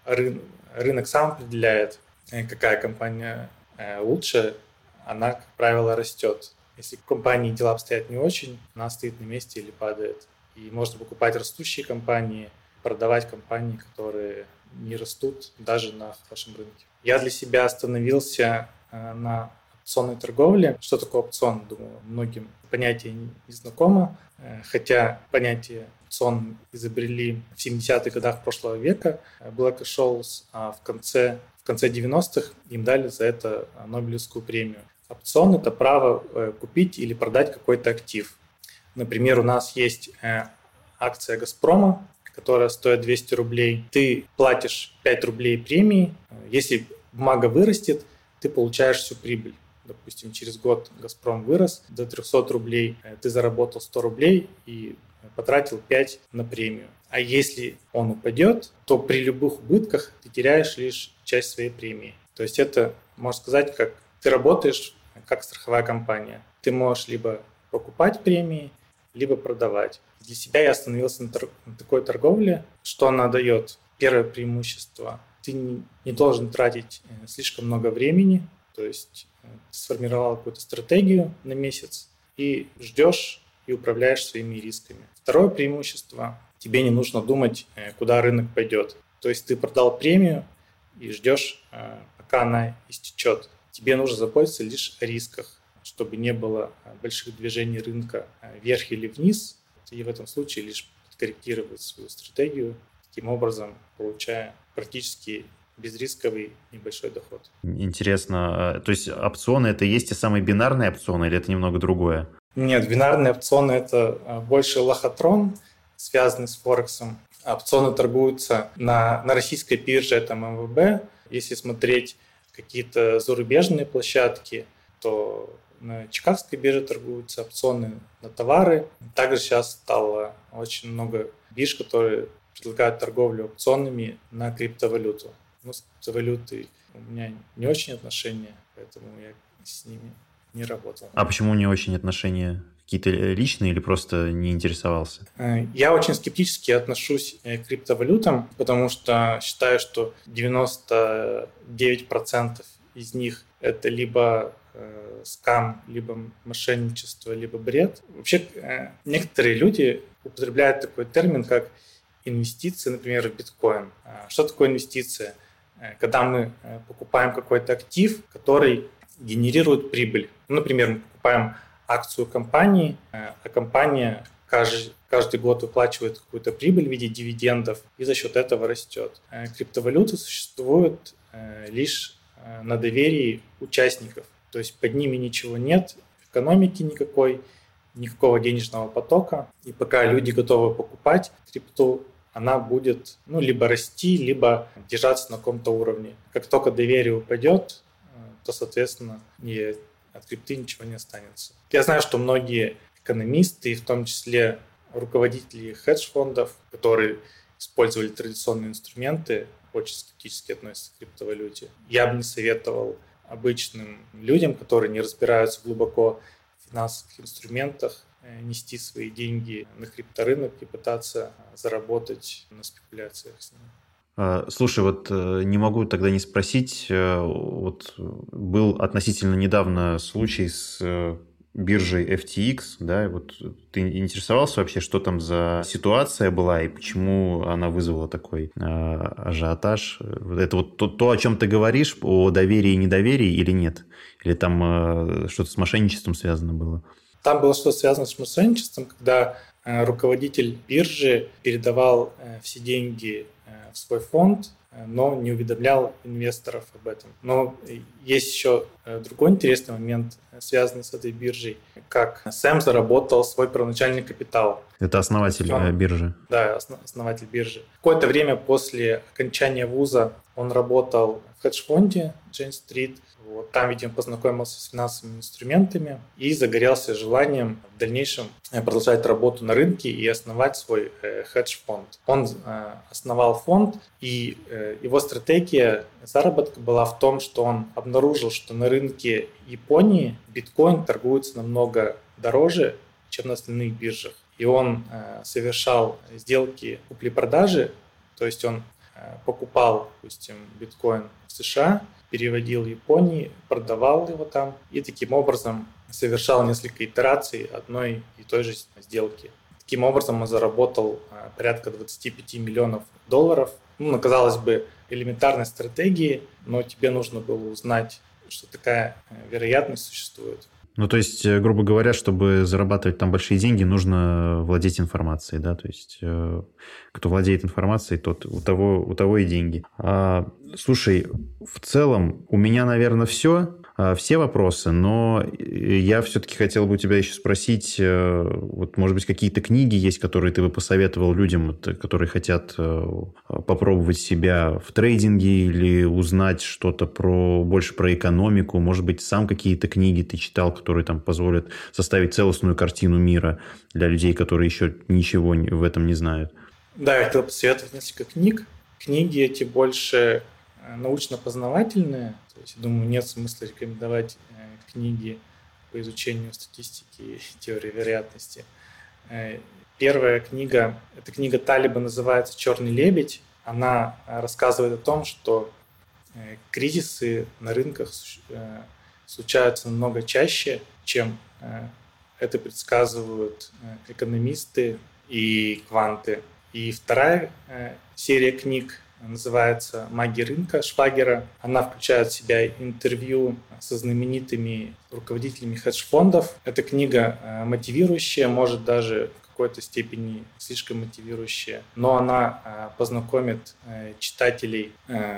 рынок сам определяет, какая компания лучше, она, как правило, растет. Если в компании дела обстоят не очень, она стоит на месте или падает. И можно покупать растущие компании, продавать компании, которые не растут даже на хорошем рынке. Я для себя остановился на опционной торговле. Что такое опцион? Думаю, многим понятие не знакомо, хотя понятие опцион изобрели в 70-х годах прошлого века Black-Scholes, а в конце 90-х им дали за это Нобелевскую премию. Опцион – это право купить или продать какой-то актив. Например, у нас есть акция «Газпрома», которая стоит 200 рублей. Ты платишь 5 рублей премии. Если бумага вырастет, ты получаешь всю прибыль. Допустим, через год «Газпром» вырос до 300 рублей. Ты заработал 100 рублей и потратил 5 на премию. А если он упадет, то при любых убытках ты теряешь лишь часть своей премии. То есть это, можно сказать, как ты работаешь как страховая компания. Ты можешь либо покупать премии, либо продавать. Для себя я остановился на такой торговле, что она дает. Первое преимущество – ты не должен тратить слишком много времени, то есть ты сформировал какую-то стратегию на месяц и ждешь и управляешь своими рисками. Второе преимущество – тебе не нужно думать, куда рынок пойдет. То есть ты продал премию и ждешь, пока она истечет. Тебе нужно заботиться лишь о рисках, чтобы не было больших движений рынка вверх или вниз, и в этом случае лишь подкорректировать свою стратегию, таким образом получая практически безрисковый небольшой доход. Интересно, то есть опционы это и есть те самые бинарные опционы или это немного другое? Нет, бинарные опционы – это больше лохотрон, связанный с Форексом. Опционы торгуются на российской бирже, это МВБ. Если смотреть какие-то зарубежные площадки, то на Чикагской бирже торгуются опционы на товары. Также сейчас стало очень много бирж, которые предлагают торговлю опционами на криптовалюту. Но с криптовалютой у меня не очень отношения, поэтому я с ними не работал. А почему не очень отношения? Какие-то личные или просто не интересовался? Я очень скептически отношусь к криптовалютам, потому что считаю, что 99% из них это либо скам, либо мошенничество, либо бред. Вообще, некоторые люди употребляют такой термин, как инвестиции, например, в биткоин. Что такое инвестиция? Когда мы покупаем какой-то актив, который генерирует прибыль. Например, мы покупаем акцию компании, а компания каждый год выплачивает какую-то прибыль в виде дивидендов и за счет этого растет. Криптовалюты существуют лишь на доверии участников, то есть под ними ничего нет, экономики никакого денежного потока, и пока люди готовы покупать крипту, она будет либо расти, либо держаться на каком-то уровне. Как только доверие упадет, то, соответственно, и от крипты ничего не останется. Я знаю, что многие экономисты, и в том числе руководители хедж-фондов, которые использовали традиционные инструменты, очень скептически относятся к криптовалюте. Я бы не советовал обычным людям, которые не разбираются глубоко в финансовых инструментах, нести свои деньги на крипторынок и пытаться заработать на спекуляциях с ними. Слушай, вот не могу тогда не спросить, вот был относительно недавно случай с биржей FTX, да, вот ты интересовался вообще, что там за ситуация была и почему она вызвала такой ажиотаж? Это вот то, о чем ты говоришь, о доверии и недоверии или нет? Или там что-то с мошенничеством связано было? Там было что-то связано с мошенничеством, когда руководитель биржи передавал все деньги в свой фонд, но не уведомлял инвесторов об этом. Но есть еще другой интересный момент, связанный с этой биржей, как Сэм заработал свой первоначальный капитал. Это основатель биржи? Да, основатель биржи. Какое-то время после окончания вуза он работал в хедж-фонде Jane Street. Вот, там, видимо, познакомился с финансовыми инструментами и загорелся желанием в дальнейшем продолжать работу на рынке и основать свой хедж-фонд. Он основал фонд, и его стратегия заработка была в том, что он обнаружил, что на рынке Японии биткоин торгуется намного дороже, чем на остальных биржах. И он совершал сделки купли-продажи, то есть он покупал, допустим, биткоин в США, переводил в Японии, продавал его там и таким образом совершал несколько итераций одной и той же сделки. Таким образом он заработал порядка $25 миллионов. Казалось бы, элементарной стратегии, но тебе нужно было узнать, что такая вероятность существует. То есть, грубо говоря, чтобы зарабатывать там большие деньги, нужно владеть информацией, да, то есть, кто владеет информацией, тот у того и деньги. Слушай, в целом у меня, наверное, все вопросы, но я все-таки хотел бы у тебя еще спросить, вот, может быть, какие-то книги есть, которые ты бы посоветовал людям, которые хотят попробовать себя в трейдинге или узнать что-то больше про экономику, может быть, сам какие-то книги ты читал, которые там позволят составить целостную картину мира для людей, которые еще ничего в этом не знают. Да, я хотел посоветовать несколько книг. Книги эти больше научно-познавательные. То есть, думаю, нет смысла рекомендовать книги по изучению статистики и теории вероятности. Первая книга, эта книга Талиба, называется «Черный лебедь». Она рассказывает о том, что кризисы на рынках случаются намного чаще, чем Это предсказывают экономисты и кванты. И вторая серия книг называется «Магия рынка» Швагера. Она включает в себя интервью со знаменитыми руководителями хедж-фондов. Эта книга мотивирующая, может даже в какой-то степени слишком мотивирующая, но она познакомит читателей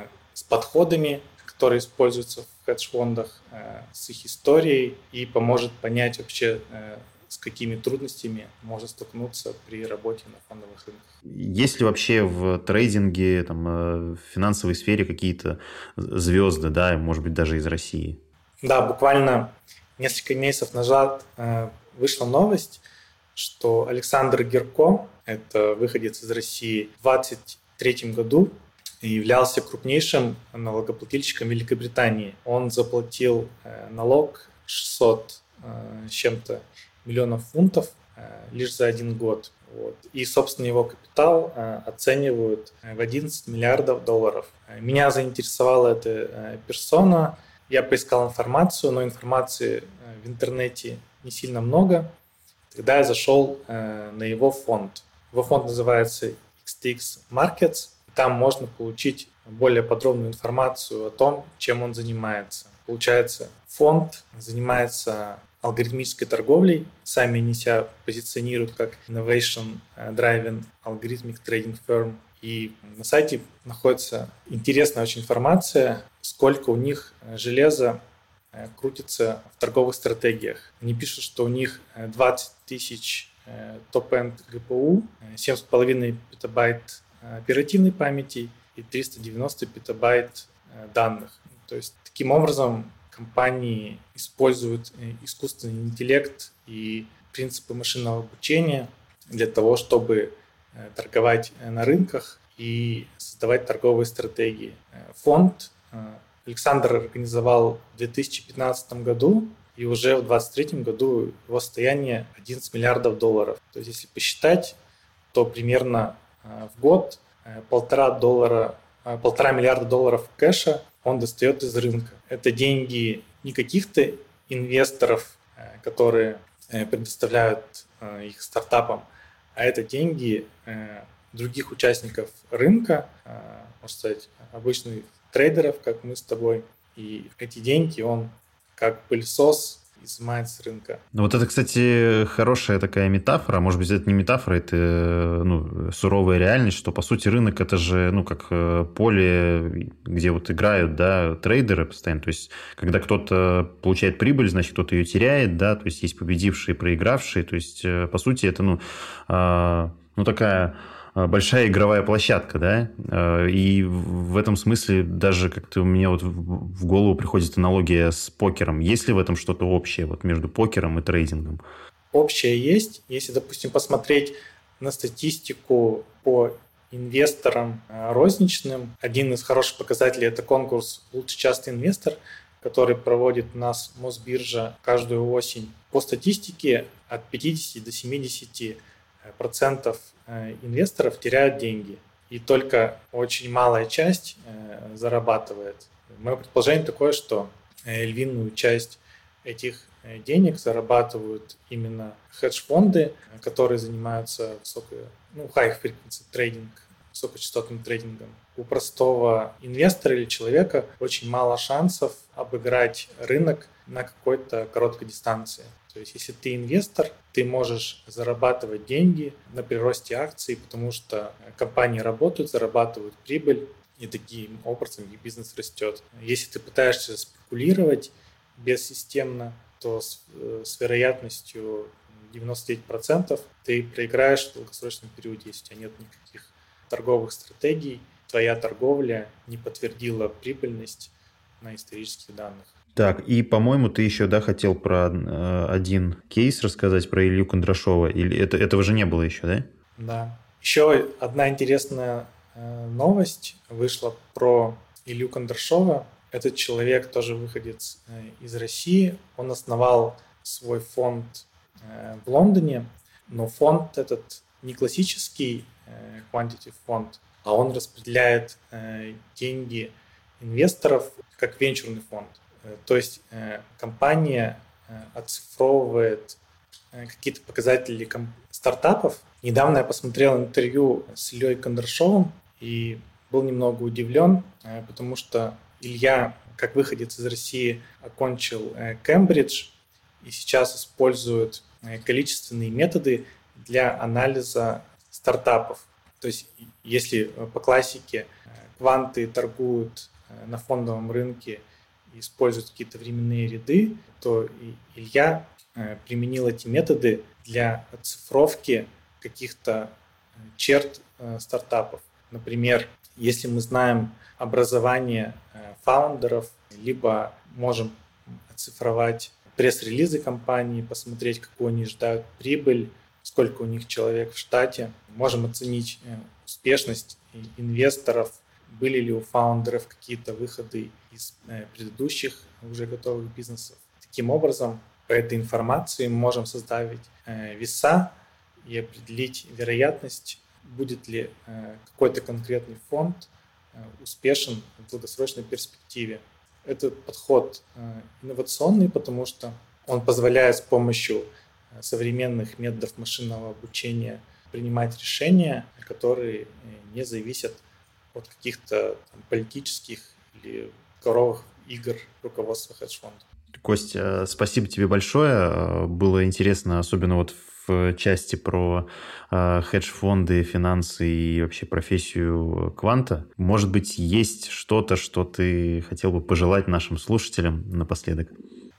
с подходами, которые используются в хедж-фондах, с их историей и поможет понять вообще, с какими трудностями можно столкнуться при работе на фондовых рынках. Есть ли вообще в трейдинге, в финансовой сфере какие-то звезды, да, может быть, даже из России? Да, буквально несколько месяцев назад вышла новость, что Александр Герко, это выходец из России, в 2023 году являлся крупнейшим налогоплательщиком Великобритании. Он заплатил налог 600 с чем-то миллионов фунтов лишь за один год. Вот. И, собственно, его капитал оценивают в 11 миллиардов долларов. Меня заинтересовала эта персона. Я поискал информацию, но информации в интернете не сильно много. Тогда я зашел на его фонд. Его фонд называется XTX Markets. Там можно получить более подробную информацию о том, чем он занимается. Получается, фонд занимается алгоритмической торговлей. Сами они себя позиционируют как Innovation Driven Algorithmic Trading Firm. И на сайте находится интересная очень информация, сколько у них железа крутится в торговых стратегиях. Они пишут, что у них 20 тысяч топ-энд GPU, 7,5 петабайт оперативной памяти и 390 петабайт данных. То есть таким образом компании используют искусственный интеллект и принципы машинного обучения для того, чтобы торговать на рынках и создавать торговые стратегии. Фонд Александр организовал в 2015 году, и уже в 2023 году его состояние 11 миллиардов долларов. То есть если посчитать, то примерно в год $1,5 миллиарда долларов кэша он достает из рынка. Это деньги не каких-то инвесторов, которые предоставляют их стартапам, а это деньги других участников рынка, можно сказать, обычных трейдеров, как мы с тобой. И эти деньги он как пылесос изымает с рынка. Ну, вот это, кстати, хорошая такая метафора. Может быть, это не метафора, это суровая реальность, что, по сути, рынок – это же, как поле, где вот играют, да, трейдеры постоянно. То есть, когда кто-то получает прибыль, значит, кто-то ее теряет, да, то есть, есть победившие и проигравшие. То есть, по сути, это, такая большая игровая площадка, да, и в этом смысле даже как-то у меня вот в голову приходит аналогия с покером. Есть ли в этом что-то общее вот между покером и трейдингом? Общее есть. Если, допустим, посмотреть на статистику по инвесторам розничным, один из хороших показателей – это конкурс «Лучший частный инвестор», который проводит у нас Мосбиржа каждую осень. По статистике от 50 до 70% инвесторов теряют деньги, и только очень малая часть зарабатывает. Мое предположение такое, что львиную часть этих денег зарабатывают именно хедж-фонды, которые занимаются high frequency трейдинг, высокочастотным трейдингом. У простого инвестора или человека очень мало шансов обыграть рынок на какой-то короткой дистанции. То есть, если ты инвестор, ты можешь зарабатывать деньги на приросте акций, потому что компании работают, зарабатывают прибыль, и таким образом их бизнес растет. Если ты пытаешься спекулировать бессистемно, то с вероятностью 99% ты проиграешь в долгосрочном периоде, если у тебя нет никаких торговых стратегий, твоя торговля не подтвердила прибыльность на исторических данных. Так, и, по-моему, ты еще, да, хотел про один кейс рассказать, про Илью Кондрашова. Или этого же не было еще, да? Да. Еще одна интересная новость вышла про Илью Кондрашова. Этот человек тоже выходец из России. Он основал свой фонд в Лондоне, но фонд этот не классический quantitative фонд, а он распределяет деньги инвесторов как венчурный фонд. То есть компания оцифровывает какие-то показатели стартапов. Недавно я посмотрел интервью с Ильей Кондрашовым и был немного удивлен, потому что Илья, как выходец из России, окончил Кембридж и сейчас использует количественные методы для анализа стартапов. То есть, если по классике кванты торгуют на фондовом рынке и используют какие-то временные ряды, то Илья применил эти методы для оцифровки каких-то черт стартапов. Например, если мы знаем образование фаундеров, либо можем оцифровать пресс-релизы компании, посмотреть, какую они ждают прибыль, сколько у них человек в штате. Можем оценить успешность инвесторов, были ли у фаундеров какие-то выходы из предыдущих уже готовых бизнесов. Таким образом, по этой информации мы можем составить веса и определить вероятность, будет ли какой-то конкретный фонд успешен в долгосрочной перспективе. Этот подход инновационный, потому что он позволяет с помощью современных методов машинного обучения принимать решения, которые не зависят от каких-то политических или коровых игр руководства хедж-фонда. Костя, спасибо тебе большое. Было интересно, особенно вот в части про хедж-фонды, финансы и вообще профессию кванта. Может быть, есть что-то, что ты хотел бы пожелать нашим слушателям напоследок?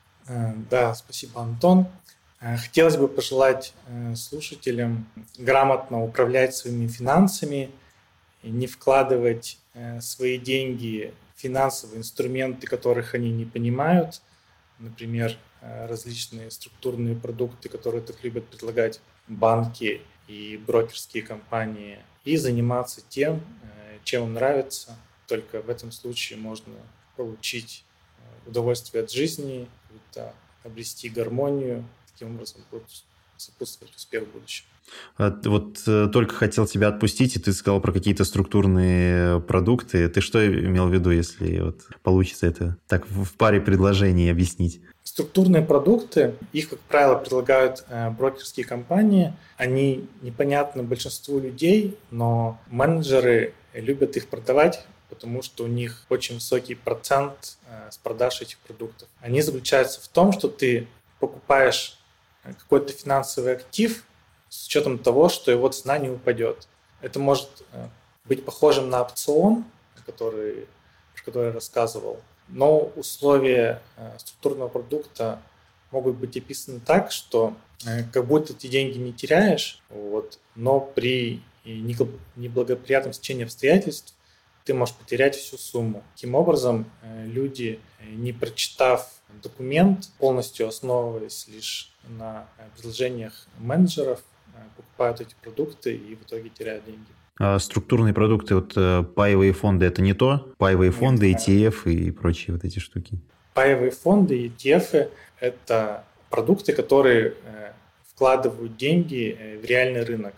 Да, спасибо, Антон. Хотелось бы пожелать слушателям грамотно управлять своими финансами, не вкладывать свои деньги в финансовые инструменты, которых они не понимают, например, различные структурные продукты, которые так любят предлагать банки и брокерские компании, и заниматься тем, чем им нравится. Только в этом случае можно получить удовольствие от жизни, обрести гармонию, таким образом будет сопутствовать успех в будущем. Вот только хотел тебя отпустить, и ты сказал про какие-то структурные продукты. Ты что имел в виду, если вот получится это так в паре предложений объяснить? Структурные продукты, их, как правило, предлагают брокерские компании. Они непонятны большинству людей, но менеджеры любят их продавать, потому что у них очень высокий процент с продаж этих продуктов. Они заключаются в том, что ты покупаешь какой-то финансовый актив с учетом того, что его цена не упадет. Это может быть похожим на опцион, про который я рассказывал, но условия структурного продукта могут быть описаны так, что как будто ты деньги не теряешь, но при неблагоприятном стечении обстоятельств ты можешь потерять всю сумму. Таким образом, люди, не прочитав документ, полностью основываясь лишь на предложениях менеджеров, покупают эти продукты и в итоге теряют деньги. А структурные продукты, вот паевые фонды, это не то? Паевые фонды, ETF и прочие вот эти штуки? Паевые фонды и ETF – это продукты, которые вкладывают деньги в реальный рынок.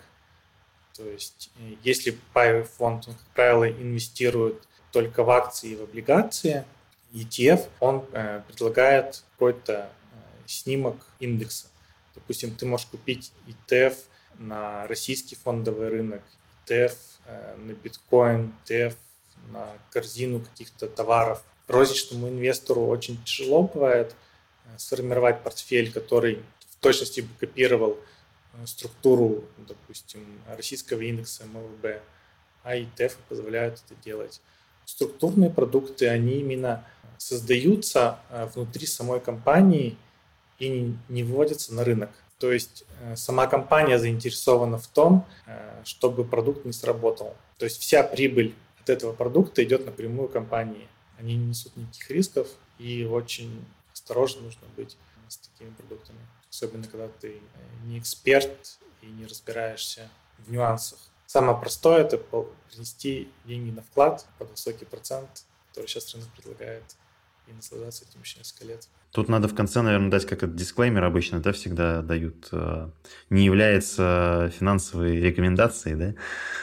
То есть, если паевый фонд, он, как правило, инвестирует только в акции и в облигации, ETF, он предлагает какой-то снимок индекса. Допустим, ты можешь купить ETF на российский фондовый рынок, ETF на биткоин, ETF на корзину каких-то товаров. Розничному инвестору очень тяжело бывает сформировать портфель, который в точности бы копировал структуру, допустим, российского индекса МВБ, а ETF позволяют это делать. Структурные продукты, они именно создаются внутри самой компании и не выводятся на рынок. То есть сама компания заинтересована в том, чтобы продукт не сработал. То есть вся прибыль от этого продукта идет напрямую компании. Они не несут никаких рисков, и очень осторожно нужно быть с такими продуктами. Особенно, когда ты не эксперт и не разбираешься в нюансах. Самое простое – это принести деньги на вклад под высокий процент, который сейчас рынок предлагает, и наслаждаться этим еще несколько лет. Тут надо в конце, наверное, дать как этот дисклеймер обычно, да, всегда дают. Не является финансовой рекомендацией, да?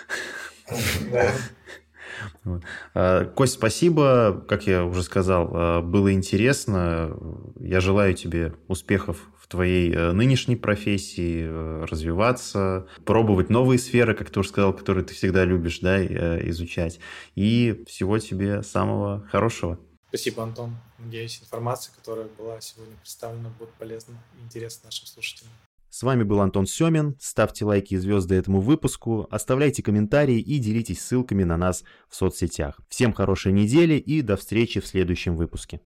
Да. Кость, спасибо. Как я уже сказал, было интересно. Я желаю тебе успехов в твоей нынешней профессии, развиваться, пробовать новые сферы, как ты уже сказал, которые ты всегда любишь, да, изучать. И всего тебе самого хорошего. Спасибо, Антон. Надеюсь, информация, которая была сегодня представлена, будет полезна и интересна нашим слушателям. С вами был Антон Семин. Ставьте лайки и звезды этому выпуску, оставляйте комментарии и делитесь ссылками на нас в соцсетях. Всем хорошей недели и до встречи в следующем выпуске.